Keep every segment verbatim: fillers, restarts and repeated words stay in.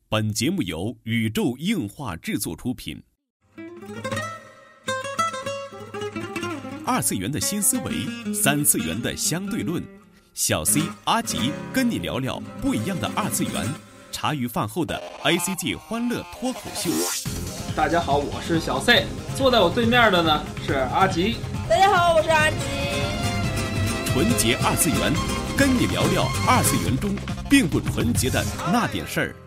本节目由宇宙硬化制作出品。二次元的新思维，三次元的相对论。小 C 阿吉跟你聊聊不一样的二次元。茶余饭后的 A C G 欢乐脱口秀。 大家好，我是小 C， 坐在我对面的呢是阿吉。 大家好，我是阿吉。 纯洁二次元，跟你聊聊二次元中并不纯洁的那点事儿。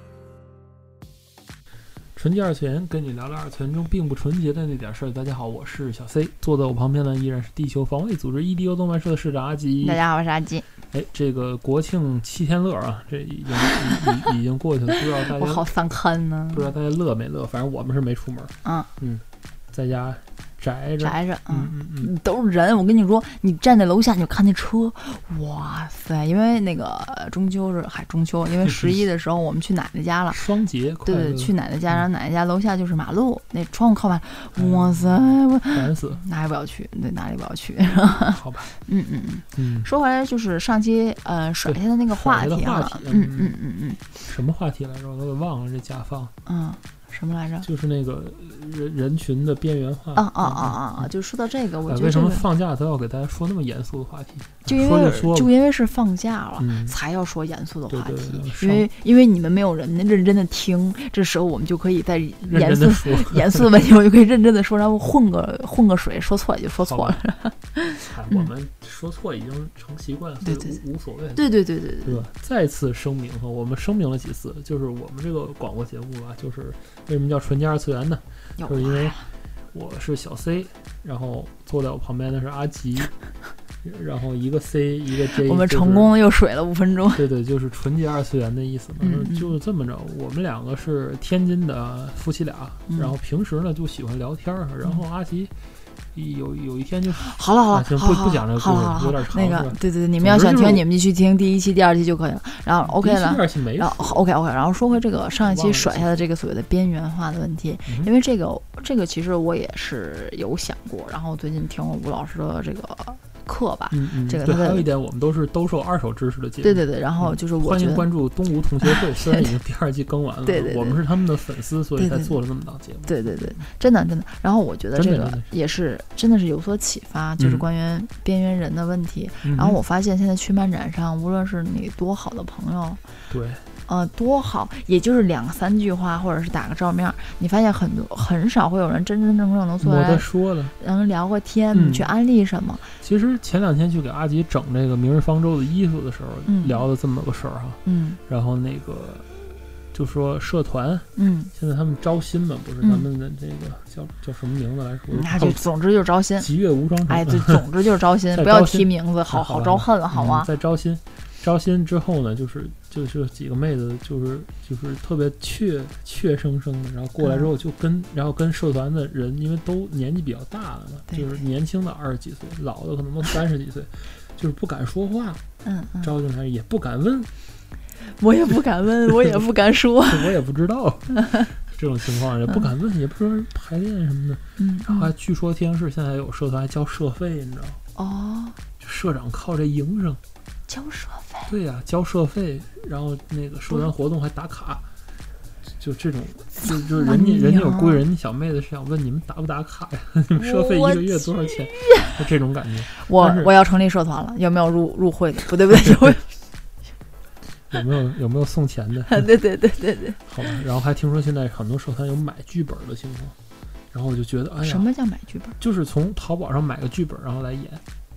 纯洁二次元，跟你聊聊二次元中并不纯洁的那点事儿。大家好，我是小 C， 坐在我旁边呢依然是地球防卫组织 E D O 动漫社的社长阿吉。 大家好，我是阿吉。 哎，这个国庆七天乐啊，这已经已已经过去了，不知道大家我好三看呢， 不知道大家乐没乐？反正我们是没出门，嗯嗯，在家宅着宅着， 嗯嗯嗯， 都是人。我跟你说，你站在楼下你就看那车，哇塞！因为那个中秋是还中秋，因为十一的时候我们去奶奶家了， 双节快乐， 对对，去奶奶家，然后奶奶家楼下就是马路，那窗户靠马路，哇塞，我烦死， 哪里不要去？对，哪里不要去？ 好吧， 嗯嗯嗯嗯。 说回来，就是上期呃甩下的那个话题啊，嗯嗯嗯嗯， 什么话题来着？我都给忘了，这甲方， 嗯。什么来着？ 就是那个人人群的边缘化啊啊啊啊啊！就说到这个，我觉得、这个为什么放假都要给大家说那么严肃的话题？ 就因为就, 说就因为是放假了、 嗯， 才要说严肃的话题。 对对对， 因为因为你们没有人认真的听，这时候我们就可以在严肃严肃的问题，我就可以认真的说，然后混个混个水，说错也就说错了。 我们说错已经成习惯了， 对对无所谓。 对对对对对， 对吧？再次声明哈，我们声明了几次，就是我们这个广播节目吧，就是为什么叫纯洁二次元呢？就是因为我是小 C， 然后坐在我旁边的是阿吉，然后一个 C 一个 J， 我们成功又水了五分钟。 对对，就是纯洁二次元的意思嘛。嗯嗯，就是这么着，我们两个是天津的夫妻俩， 嗯、 然后平时呢就喜欢聊天，然后阿吉。有有一天就好了好了， 不不讲这个故事，有点长。 那个对对对，你们要想听，你们就去听第一期、第二期就可以了。然后 OK 了， 第二期没然后 OK OK， 然后说回这个上一期甩下的这个所谓的边缘化的问题， 嗯、 因为这个这个其实我也是有想过，然后最近听了吴老师的这个课吧， 嗯嗯， 这个对，还有一点，我们都是兜售二手知识的节目， 对对对，然后就是我欢迎关注东吴同学会，虽然已经第二季更完了， 对对对， 我们是他们的粉丝，所以才做了这么档节目， 对对对，真的真的。然后我觉得这个也是真的是有所启发，就是关于边缘人的问题。 嗯、 然后我发现现在去漫展上，无论是你多好的朋友， 对。 呃，多好，也就是两三句话，或者是打个照面，你发现很多很少会有人真真正正能坐来说了， 能聊个天， 嗯、 去安利什么。 其实前两天去给阿吉整这个明日方舟的衣服的时候， 嗯、 聊了这么个事儿哈， 嗯， 然后那个就说社团， 嗯， 现在他们招新嘛，不是他们的这个、嗯、叫叫什么名字来说？ 那就总之就是招新， 极乐无双， 哎，对，总之就是招新，不要提名字，好好招恨了，好吗？ 在招新。招新之后呢，就是就是几个妹子，就是就是特别怯怯生生的，然后过来之后就跟、嗯、然后跟社团的人，因为都年纪比较大了嘛，就是年轻的二十几岁，老的可能都三十几岁，就是不敢说话， 嗯，嗯招进来也不敢问， 我也不敢问，我也不敢说， 我也不知道这种情况也不敢问，也不说排练什么的， 嗯， 然后还据说天津市现在有社团还交社费，你知道吗？ 哦， 就社长靠这营生。 交社费， 对呀、啊，交社费，然后那个社团活动还打卡，就这种，就就是人家人家有贵人，小妹子是想问你们打不打卡呀？你们社费一个月多少钱？就这种感觉。 我我要成立社团了，有没有入入会的？不对不对，有有没有有没有送钱的？ 对对对对对。 好吧，然后还听说现在很多社团有买剧本的情况，然后我就觉得，哎呀， 什么叫买剧本？ 就是从淘宝上买个剧本，然后来演。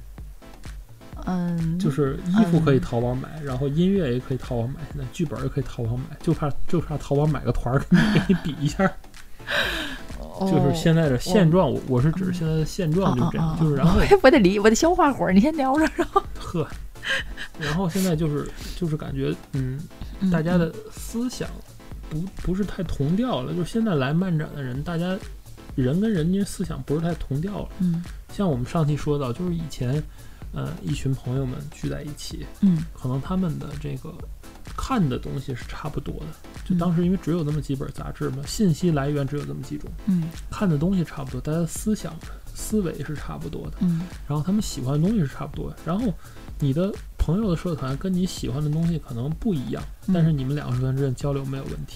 嗯， 就是衣服可以淘宝买，嗯、然后音乐也可以淘宝买，现在剧本也可以淘宝买，就怕就怕淘宝买个团给你给你比一下。 哦、 就是现在的现状，我、哦、我是指现在的现状就这样， 哦、 就是然后我得理我得消化会儿，你先聊着，然后呵，然后现在就是就是感觉嗯，大家的思想不不是太同调了，就是现在来漫展的人，大家人跟人家思想不是太同调了。 嗯， 像我们上期说到，就是以前。呃，一群朋友们聚在一起， 嗯， 可能他们的这个看的东西是差不多的，就当时因为只有那么几本杂志嘛，嗯、信息来源只有这么几种， 嗯， 看的东西差不多，大家的思想思维是差不多的， 嗯， 然后他们喜欢的东西是差不多的，然后你的朋友的社团跟你喜欢的东西可能不一样， 嗯、 但是你们两个社团之间交流没有问题。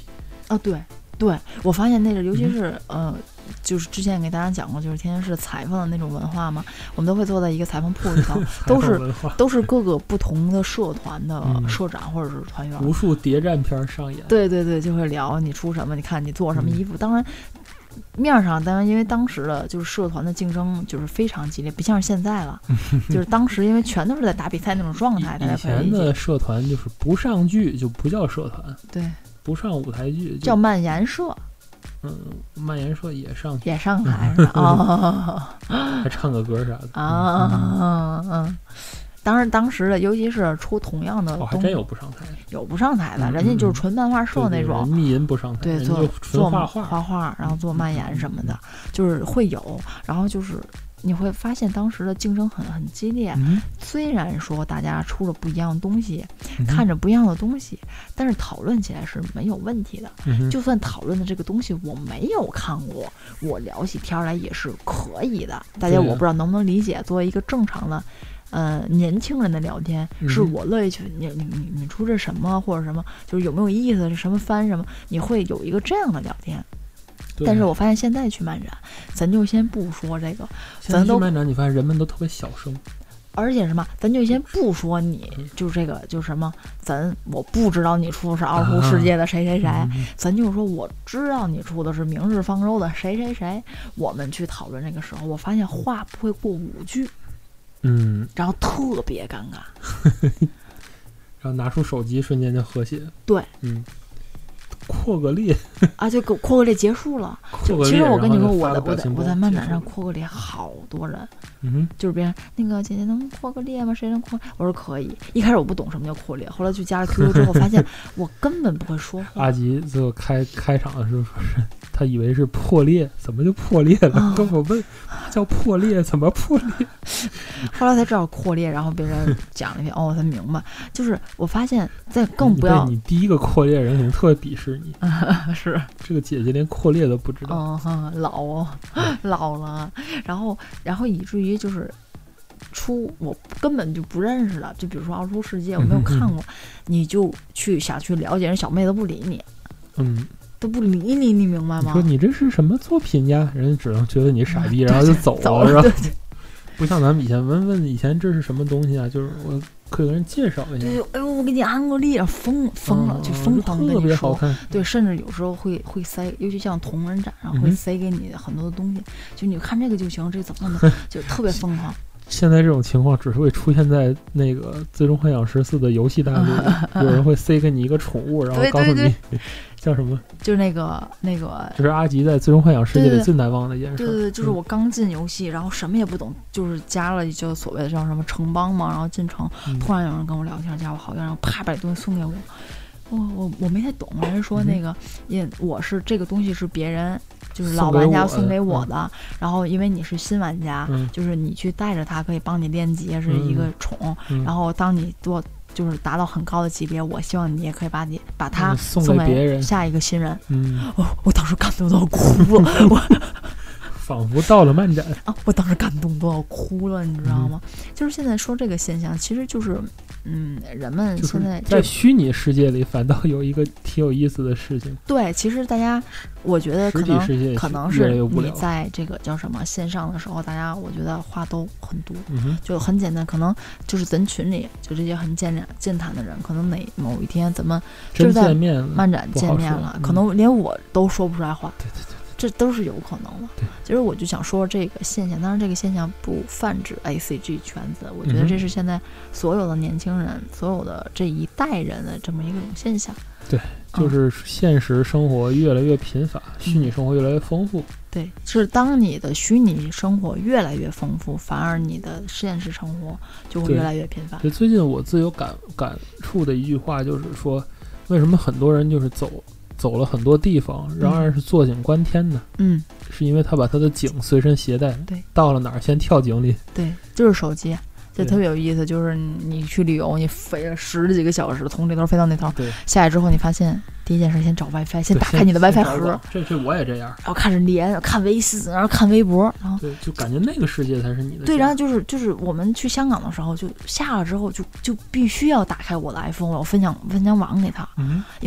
啊，对对，我发现那个尤其是、嗯、呃。就是之前也给大家讲过，就是天津市裁缝的那种文化嘛，我们都会坐在一个裁缝铺里头，都是都是各个不同的社团的社长或者是团员， 嗯、无数谍战片上演。 对对对，就会聊你出什么，你看你做什么衣服。嗯、当然，面上当然因为当时的就是社团的竞争就是非常激烈，不像是现在了。就是当时因为全都是在打比赛那种状态，大家以前的社团就是不上剧就不叫社团， 对， 不上舞台剧叫漫研社。 嗯，漫研社也上也上台是吧？哦， 还唱个歌啥的啊，嗯嗯。当然，当时的尤其是出同样的， 哦，还真有不上台， 有不上台的，嗯、人家就是纯漫画社那种， 对对密银不上台， 对，做纯画画画画，然后做漫研什么的，嗯、就是会有，然后就是。你会发现当时的竞争很很激烈、嗯、虽然说大家出了不一样的东西、嗯、看着不一样的东西，但是讨论起来是没有问题的、嗯、就算讨论的这个东西我没有看过，我聊起天来也是可以的。大家我不知道能不能理解，作为一个正常的呃年轻人的聊天、嗯、是我乐意去你你你你出这什么或者什么，就是有没有意思，是什么番什么，你会有一个这样的聊天。但是我发现现在去漫展，咱就先不说这个，咱都去漫展，你发现人们都特别小声， 而且什么，咱就先不说你，就是这个，就是什么，咱我不知道你出的是二胡世界的谁谁谁，啊嗯、咱就说我知道你出的是明日方舟的谁谁谁，我们去讨论这个时候，我发现话不会过五句， 嗯， 然后特别尴尬， 然后拿出手机瞬间就和谐， 对， 嗯。扩个列啊，就扩个列结束了。就其实我跟你说，我的我在我在漫展上扩个列，好多人， 嗯， 就是别人那个姐姐能扩个列吗？谁能扩？我说可以。一开始我不懂什么叫扩列，后来去加了 Q Q 之后，发现我根本不会说话。 阿吉最后开开场的时候说是，他以为是破裂，怎么就破裂了？哦、跟我问叫破裂，怎么破裂？ 后来才知道扩列，然后别人讲了一遍，哦，我才明白。就是我发现，在更不要你, 你第一个扩列人肯定特别鄙视你。 啊、是这个姐姐连扩列都不知道， 嗯，老哦，老了，然后然后以至于就是出我根本就不认识的，就比如说《奥出世界》，我没有看过，嗯、你就去想去了解，人小妹都不理你， 嗯， 都不理你，你明白吗？ 你说你这是什么作品呀？人家只能觉得你傻逼， 嗯、 然后就走了， 走了， 是吧？ 对对， 不像咱们以前问问以前这是什么东西啊，就是我。可以跟人介绍一下， 对，哎呦，我给你安个利，疯疯了，哦、就疯狂跟你说，对，甚至有时候会会塞，尤其像同人展上会塞给你很多的东西，嗯、就你看这个就行，这怎么的，就特别疯狂。 现在这种情况只是会出现在那个《最终幻想十四》的游戏大陆，嗯、有人会塞给你一个宠物，然后告诉你。 对对对叫什么？ 就是那个那个， 这是阿吉在《最终幻想世界》里最难忘的一件事。 对对对，就是我刚进游戏，嗯、然后什么也不懂，就是加了就所谓的叫什么城邦嘛，然后进城，嗯、突然有人跟我聊天，加我好友，然后啪把东西送给我，我我我没太懂，人家说那个，也、嗯、我是这个东西是别人。就是老玩家送给我的，我嗯、然后因为你是新玩家，嗯、就是你去带着它可以帮你练级，是一个宠。 嗯、 然后当你多就是达到很高的级别，我希望你也可以把你把它送给别人， 下一个新人。 嗯， 哦，我当时感动到哭了，我仿佛到了漫展啊！我当时感动都要哭了，你知道吗？嗯、就是现在说这个现象，其实就是。嗯，人们现在在虚拟世界里反倒有一个挺有意思的事情。 对，其实大家，我觉得可能可能是你在这个叫什么线上的时候，大家我觉得话都很多， 嗯、 就很简单。可能就是咱群里就这些很健健谈的人，可能哪某一天咱们就是在漫展见面了， 嗯、 可能连我都说不出来话。 对对对。 这都是有可能的。 对， 其实我就想说这个现象，当然这个现象不泛指 A C G 圈子，我觉得这是现在所有的年轻人、嗯、所有的这一代人的这么一个现象。 对，就是现实生活越来越贫乏，嗯、虚拟生活越来越丰富。 对，是当你的虚拟生活越来越丰富，反而你的现实生活就会越来越贫乏。 对，最近我自有感感触的一句话就是说，为什么很多人就是走。走了很多地方，仍然是坐井观天的。 嗯， 是因为他把他的井随身携带。 对， 到了哪儿先跳井里。 对，就是手机，这特别有意思。就是你去旅游，你飞了十几个小时，从这头飞到那头， 对， 下来之后你发现第一件事先找 WiFi， 先打开你的 WiFi 盒。 这这我也这样。 然后开始连，看微信，然后看微博，然后对，就感觉那个世界才是你的。 对，然后就是就是我们去香港的时候，就下了之后就就必须要打开我的 iPhone， 我分享分享网给他， 嗯， 因为。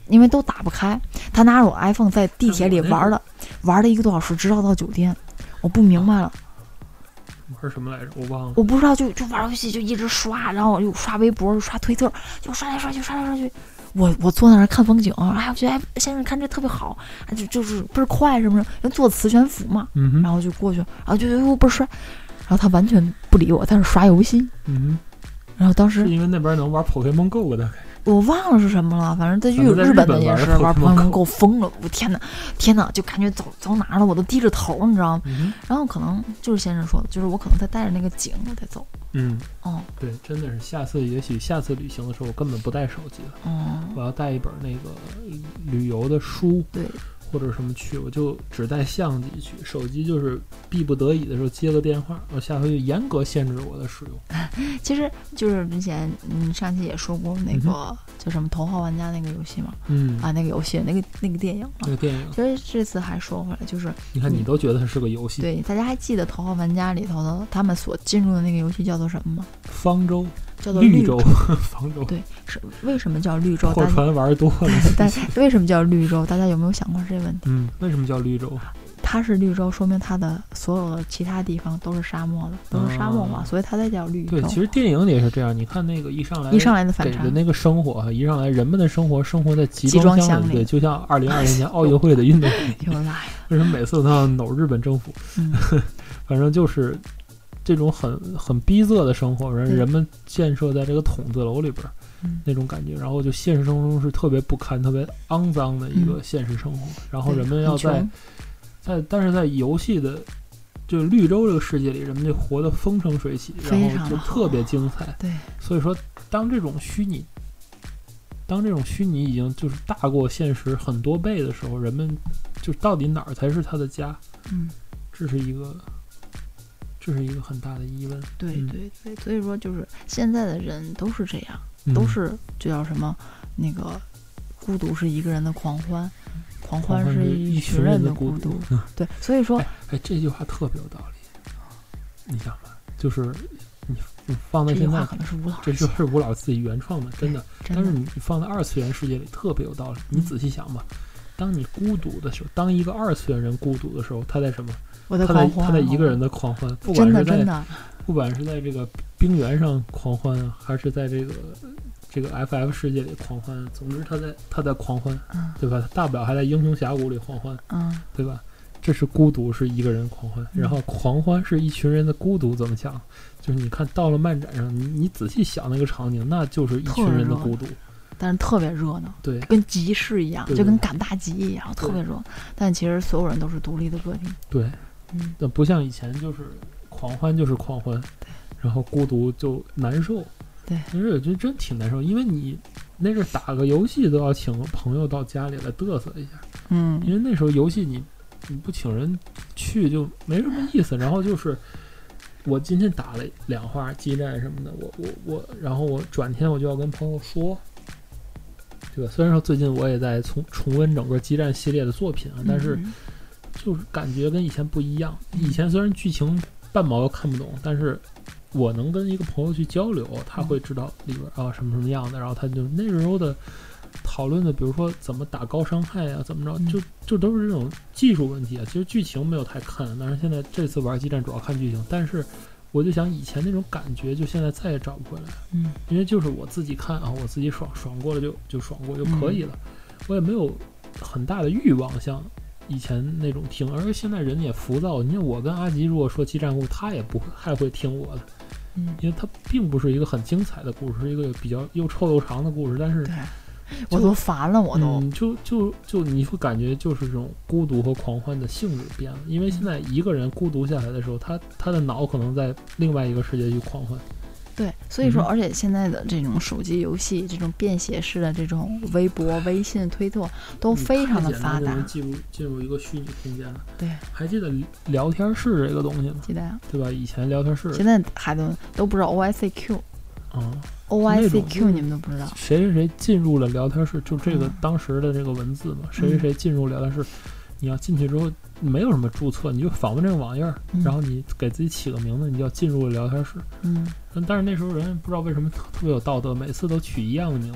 因为都打不开。他拿着我 iPhone 在地铁里玩了玩了一个多小时，直到到酒店。我不明白了， 玩什么来着？我忘了。 我不知道，就就玩游戏，就一直刷，然后又刷微博，又刷推特，就刷来刷去，刷来刷去。我我坐那儿看风景，哎，我觉得哎，先生看这特别好，就就是倍儿快什么的，人做磁悬浮嘛， 嗯、 然后就过去，然后就又倍儿帅，然后他完全不理我，他是刷游戏。 嗯， 然后当时是因为那边能玩 Pokemon Go 的。 我忘了是什么了，反正在日日本的也是玩 Pokemon Go 疯了，我天哪天哪，就感觉走走哪儿了我都低着头，你知道吗？ 嗯、 然后可能就是先生说的，就是我可能在带着那个景我在走。 嗯， 哦， 对，真的是下次也许下次旅行的时候，我根本不带手机了。 哦， 我要带一本那个旅游的书， 对， 或者什么去，我就只带相机去，手机就是逼不得已的时候接个电话，我下回就严格限制我的使用。 其实就是之前嗯上期也说过那个、嗯、叫什么《头号玩家》那个游戏嘛， 嗯啊那个游戏那个那个电影嘛， 那个电影。 其实这次还说回来，就是你看你都觉得它是个游戏， 对，大家还记得《头号玩家》里头的他们所进入的那个游戏叫做什么吗？ 方舟。 叫做绿洲，方舟。 对，是为什么叫绿洲？ 破船玩多了。 但为什么叫绿洲？大家有没有想过这个问题？ 嗯，为什么叫绿洲？ 它是绿洲，说明它的所有的其他地方都是沙漠的，都是沙漠嘛，啊、所以它才叫绿洲。 对，其实电影里也是这样。你看那个一上来一上来的反差， 给的那个生活，一上来人们的生活，生活在集装箱里，对，就像二零二零年奥运会的运动员。 又来了， 为什么每次都要搂日本政府？ 嗯、 反正就是。这种很很逼仄的生活，人人们建设在这个筒子楼里边、嗯，那种感觉，然后就现实生活中是特别不堪、特别肮脏的一个现实生活。嗯、然后人们要在在，但是在游戏的就绿洲这个世界里，人们就活得风生水起，然后就特别精彩。 对， 所以说，当这种虚拟，当这种虚拟已经就是大过现实很多倍的时候，人们就到底哪儿才是他的家？ 嗯， 这是一个。这是一个很大的疑问。 对对对，所以说就是现在的人都是这样， 嗯、 都是就叫什么那个孤独是一个人的狂欢，狂欢是一群人的孤独。 嗯、 对，所以说， 哎，哎，这句话特别有道理。你想吧，就是你你放在现在， 可能是吴老这就是吴老自己原创的，真的。 真的但是你放在二次元世界里特别有道理。你仔细想吧，当你孤独的时候，当一个二次元人孤独的时候，他在什么？ 我的他在他在一个人的狂欢，不管是在不管是在这个冰原上狂欢，还是在这个这个 F F 世界里狂欢，总之他在他在狂欢， 嗯、 对吧？大不了还在英雄峡谷里狂欢， 嗯， 对吧？这是孤独，是一个人狂欢，然后狂欢是一群人的孤独。怎么讲？就是你看到了漫展上，你你仔细想那个场景，那就是一群人的孤独。 但是特别热闹， 对， 跟集市一样， 对对就跟赶大集一样，特别热。但其实所有人都是独立的个体。 对。 嗯， 那不像以前，就是狂欢就是狂欢， 对， 然后孤独就难受， 对， 其实我觉得真挺难受，因为你那阵打个游戏都要请朋友到家里来嘚瑟一下， 嗯， 因为那时候游戏你你不请人去就没什么意思。然后就是我今天打了两话激战什么的，我我我，然后我转天我就要跟朋友说。对吧？虽然说最近我也在重重温整个激战系列的作品啊，但是就是感觉跟以前不一样。以前虽然剧情半毛都看不懂，但是我能跟一个朋友去交流，他会知道里边啊什么什么样的，然后他就那时候的讨论的，比如说怎么打高伤害啊，怎么着，就就都是这种技术问题啊。其实剧情没有太看，但是现在这次玩激战主要看剧情，但是。我就想以前那种感觉，就现在再也找不回来。 嗯， 因为就是我自己看啊，我自己爽爽过了就就爽过就可以了，嗯、我也没有很大的欲望像以前那种听。而现在人也浮躁，你看我跟阿吉如果说激战故事，他也不太会听我的， 嗯， 因为他并不是一个很精彩的故事，是一个比较又臭又长的故事，但是。 我都烦了，我都、 嗯、就就就你会感觉就是这种孤独和狂欢的性质变了，因为现在一个人孤独下来的时候，他他的脑可能在另外一个世界去狂欢。 对，所以说，而且现在的这种手机游戏，这种便携式的这种微博、微信、推特都非常的发达， 进入进入一个虚拟空间了。 对， 还记得聊天室这个东西吗？ 记得呀， 对吧？以前聊天室， 现在孩子都不知道 O I C Q。 啊、嗯、 ，O I C Q 你们都不知道？ 谁谁谁进入了聊天室，就这个当时的这个文字嘛，嗯、谁谁谁进入聊天室，你要进去之后没有什么注册，你就访问这个网页，嗯、然后你给自己起个名字，你就要进入了聊天室。 嗯， 但是那时候人不知道为什么特特别有道德，每次都取一样的名字。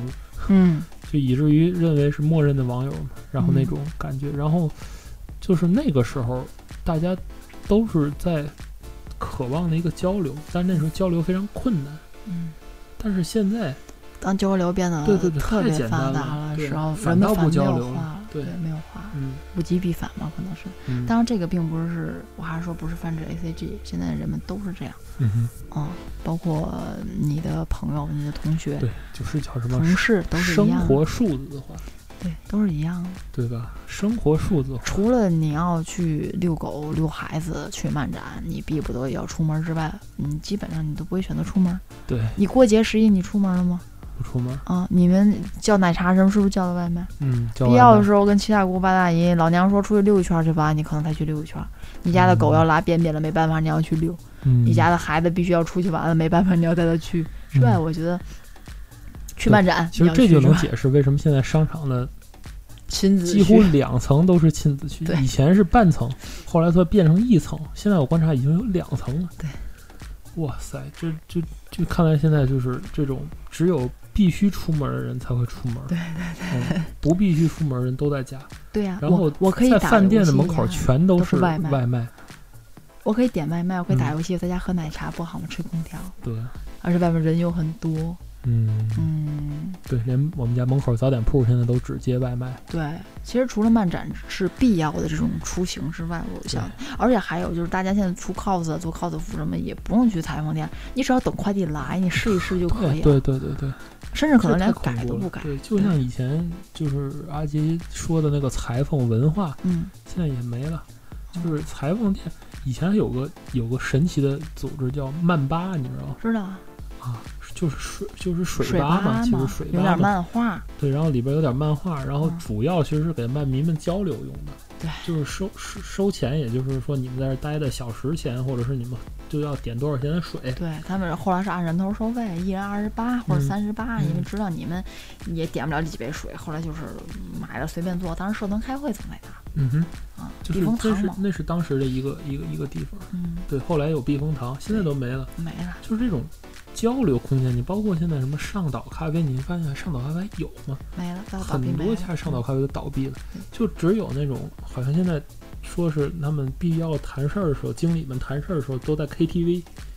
嗯， 就以至于认为是默认的网友嘛，然后那种感觉，嗯、然后就是那个时候大家都是在渴望的一个交流，但那时候交流非常困难， 嗯， 但是现在当交流变得对对对特别发达了时候，人们不交流了， 对， 没有话， 嗯， 物极必反嘛，可能是。 嗯、 当然，这个并不是，我还是说不是泛指 A C G， 现在人们都是这样， 嗯哼， 嗯，包括你的朋友、你的同学， 对，就是叫什么同事都是一样的， 生活数字化， 对，都是一样的， 对吧？生活数字化， 除了你要去遛狗、遛孩子、去漫展，你逼不得已要出门之外，你基本上你都不会选择出门。 对， 你过节十一你出门了吗？ 不出门啊！你们叫奶茶什么？是不是叫的外卖？ 嗯， 必要的时候跟七大姑八大姨、老娘说出去溜一圈去吧，你可能才去溜一圈。你家的狗要拉便便了，没办法，你要去溜。 嗯， 你家的孩子必须要出去玩了，没办法，你要带他去。之外，我觉得去漫展， 其实这就能解释为什么现在商场的亲子几乎两层都是亲子区，以前是半层，后来它变成一层，现在我观察已经有两层了。 对， 哇塞，这就就看来现在就是这种只有必须出门的人才会出门， 对对对， 嗯、不必须出门的人都在家。 对呀、啊， 然后我可以在饭店的门口全都是外卖， 外卖我可以点外卖，我可以打游戏，嗯、在家喝奶茶，不好吗？吹空调。 对， 而且外面人又很多。 嗯嗯， 对，连我们家门口早点铺现在都只接外卖。 对，其实除了漫展是必要的这种出行之外，我想，而且还有就是大家现在出 cos 做 cos 服什么也不用去裁缝店，你只要等快递来，你试一试就可以了。 对对对对， 甚至可能连改都不改。 对，就像以前就是阿杰说的那个裁缝文化， 嗯， 现在也没了。就是裁缝店以前有个有个神奇的组织叫漫吧，你知道吗？ 知道啊。就是水，就是水吧嘛，其实水吧有点漫画， 对，然后里边有点漫画，然后主要其实是给漫迷们交流用的， 对， 就是收收收钱，也就是说你们在这待的小时钱，或者是你们就要点多少钱的水， 对他们后来是按人头收费，一人二十八或者三十八，因为知道你们也点不了几杯水，后来就是买了随便做，当时社团开会总在那儿， 嗯哼， 啊， 就是避风塘嘛， 那是当时的一个一个一个地方， 嗯， 对，后来有避风塘，现在都没了， 没了， 就是这种。交流空间，你包括现在什么上岛咖啡，你发现上岛咖啡有吗？ 没了， 很多家上岛咖啡都倒闭了，就只有那种好像现在说是他们必要谈事儿的时候，经理们谈事儿的时候都在 K T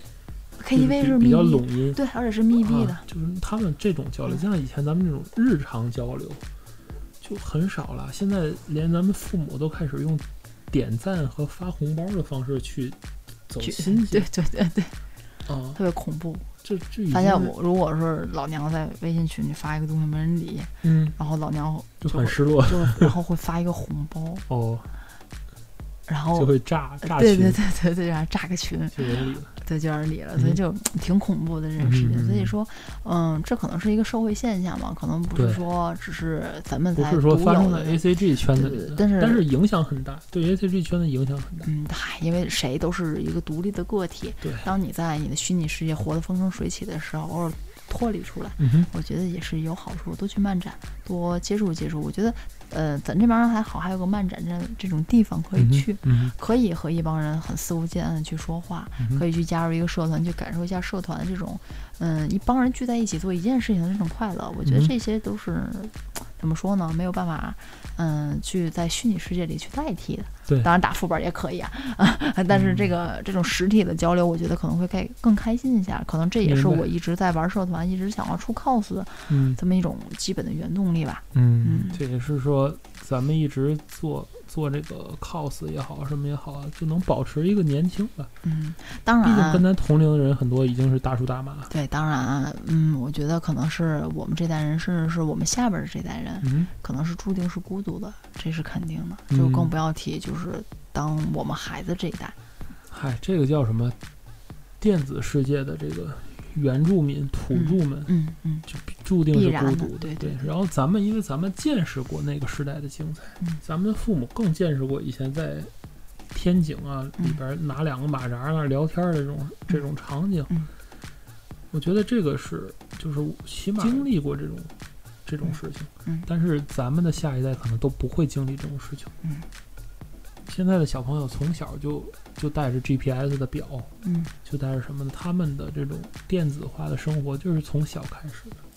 V。K T V 是比较拢音， 对，而且是密闭的、 啊，就是他们这种交流，像以前咱们这种日常交流就很少了。现在连咱们父母都开始用点赞和发红包的方式去走亲戚， 对对对对， 啊， 特别恐怖。 这这发现我如果是老娘在微信群里发一个东西没人理， 嗯， 然后老娘就很失落， 就然后会发一个红包哦， 然后就会炸炸群，对对对对对，然后炸个群， 就有人理了， 对，就有人理了，所以就挺恐怖的这件事情。 嗯、 所以说，嗯，这可能是一个社会现象嘛，可能不是说只是咱们才不是说发生在 A C G 圈子里的， 但是但是影响很大，对 A C G 圈子影响很大。 嗯，嗨，因为谁都是一个独立的个体， 对， 当你在你的虚拟世界活得风生水起的时候，偶尔脱离出来， 嗯、 我觉得也是有好处，多去漫展，多接触接触。我觉得，呃，咱这边还好，还有个漫展这这种地方可以去， 嗯、 可以和一帮人很肆无忌惮的去说话， 嗯、 可以去加入一个社团，去感受一下社团的这种，嗯，一帮人聚在一起做一件事情的这种快乐。我觉得这些都是、嗯、怎么说呢？没有办法，嗯，去在虚拟世界里去代替的。 对， 当然打副本也可以啊，啊但是这个、嗯、这种实体的交流，我觉得可能会更更开心一下。可能这也是我一直在玩社团，一直想要出 cos 的这么一种基本的原动力吧。 嗯， 嗯这也是说咱们一直做做这个 cos 也好，什么也好，就能保持一个年轻吧。 嗯，当然， 毕竟跟咱同龄的人很多已经是大叔大妈。 对，当然，嗯，我觉得可能是我们这代人，甚至是我们下边的这代人， 嗯， 可能是注定是孤独的，这是肯定的。就更不要提就是。就是当我们孩子这一代， 嗨，这个叫什么？电子世界的这个原住民、土著们， 嗯嗯， 就注定是孤独的。 对对, 对。然后咱们，因为咱们见识过那个时代的精彩， 嗯、 咱们的父母更见识过以前在天井啊、 嗯、 里边拿两个马扎那聊天的这种、嗯、这种场景。 嗯， 我觉得这个是就是起码经历过这种。这种事情， 嗯， 但是咱们的下一代可能都不会经历这种事情， 嗯。 现在的小朋友从小就就带着 G P S 的表， 嗯， 就带着什么呢？他们的这种电子化的生活就是从小开始的。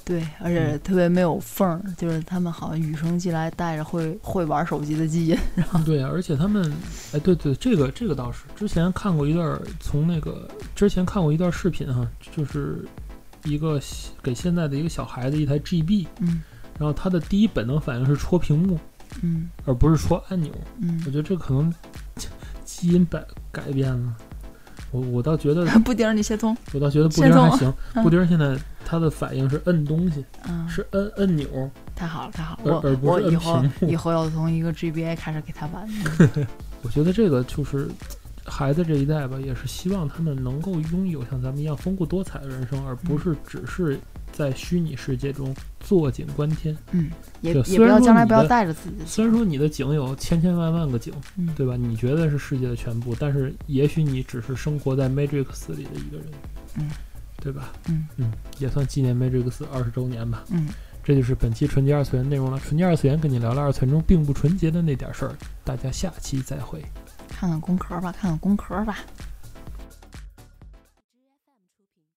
对，而且特别没有缝儿、嗯，就是他们好像与生俱来带着会会玩手机的基因。 对，而且他们，哎，对对，这个这个倒是，之前看过一段，从那个之前看过一段视频哈，就是一个给现在的一个小孩子一台 G B， 嗯， 然后他的第一本能反应是戳屏幕， 嗯，而不是戳按钮， 嗯， 我觉得这可能基因改改变了。我我倒觉得布丁你先通， 我倒觉得布丁还行。嗯、布丁现在他的反应是摁东西，嗯、是摁摁钮。 太好了，太好了！ 我而不是我以后以后要从一个 G B A 开始给他玩。 我觉得这个就是孩子这一代吧，也是希望他们能够拥有像咱们一样丰富多彩的人生，而不是只是在虚拟世界中坐井观天。 嗯，也也不要将来不要带着自己的。 虽然说你的井有千千万万个井，嗯、对吧？你觉得是世界的全部，但是也许你只是生活在 Matrix 里的一个人， 嗯， 对吧？ 嗯嗯，也算纪念 Matrix 二十周年吧。 嗯， 这就是本期纯洁二次元内容了。纯洁二次元跟你聊聊二次元中并不纯洁的那点事儿，大家下期再会。 看看工壳吧，看看工壳吧。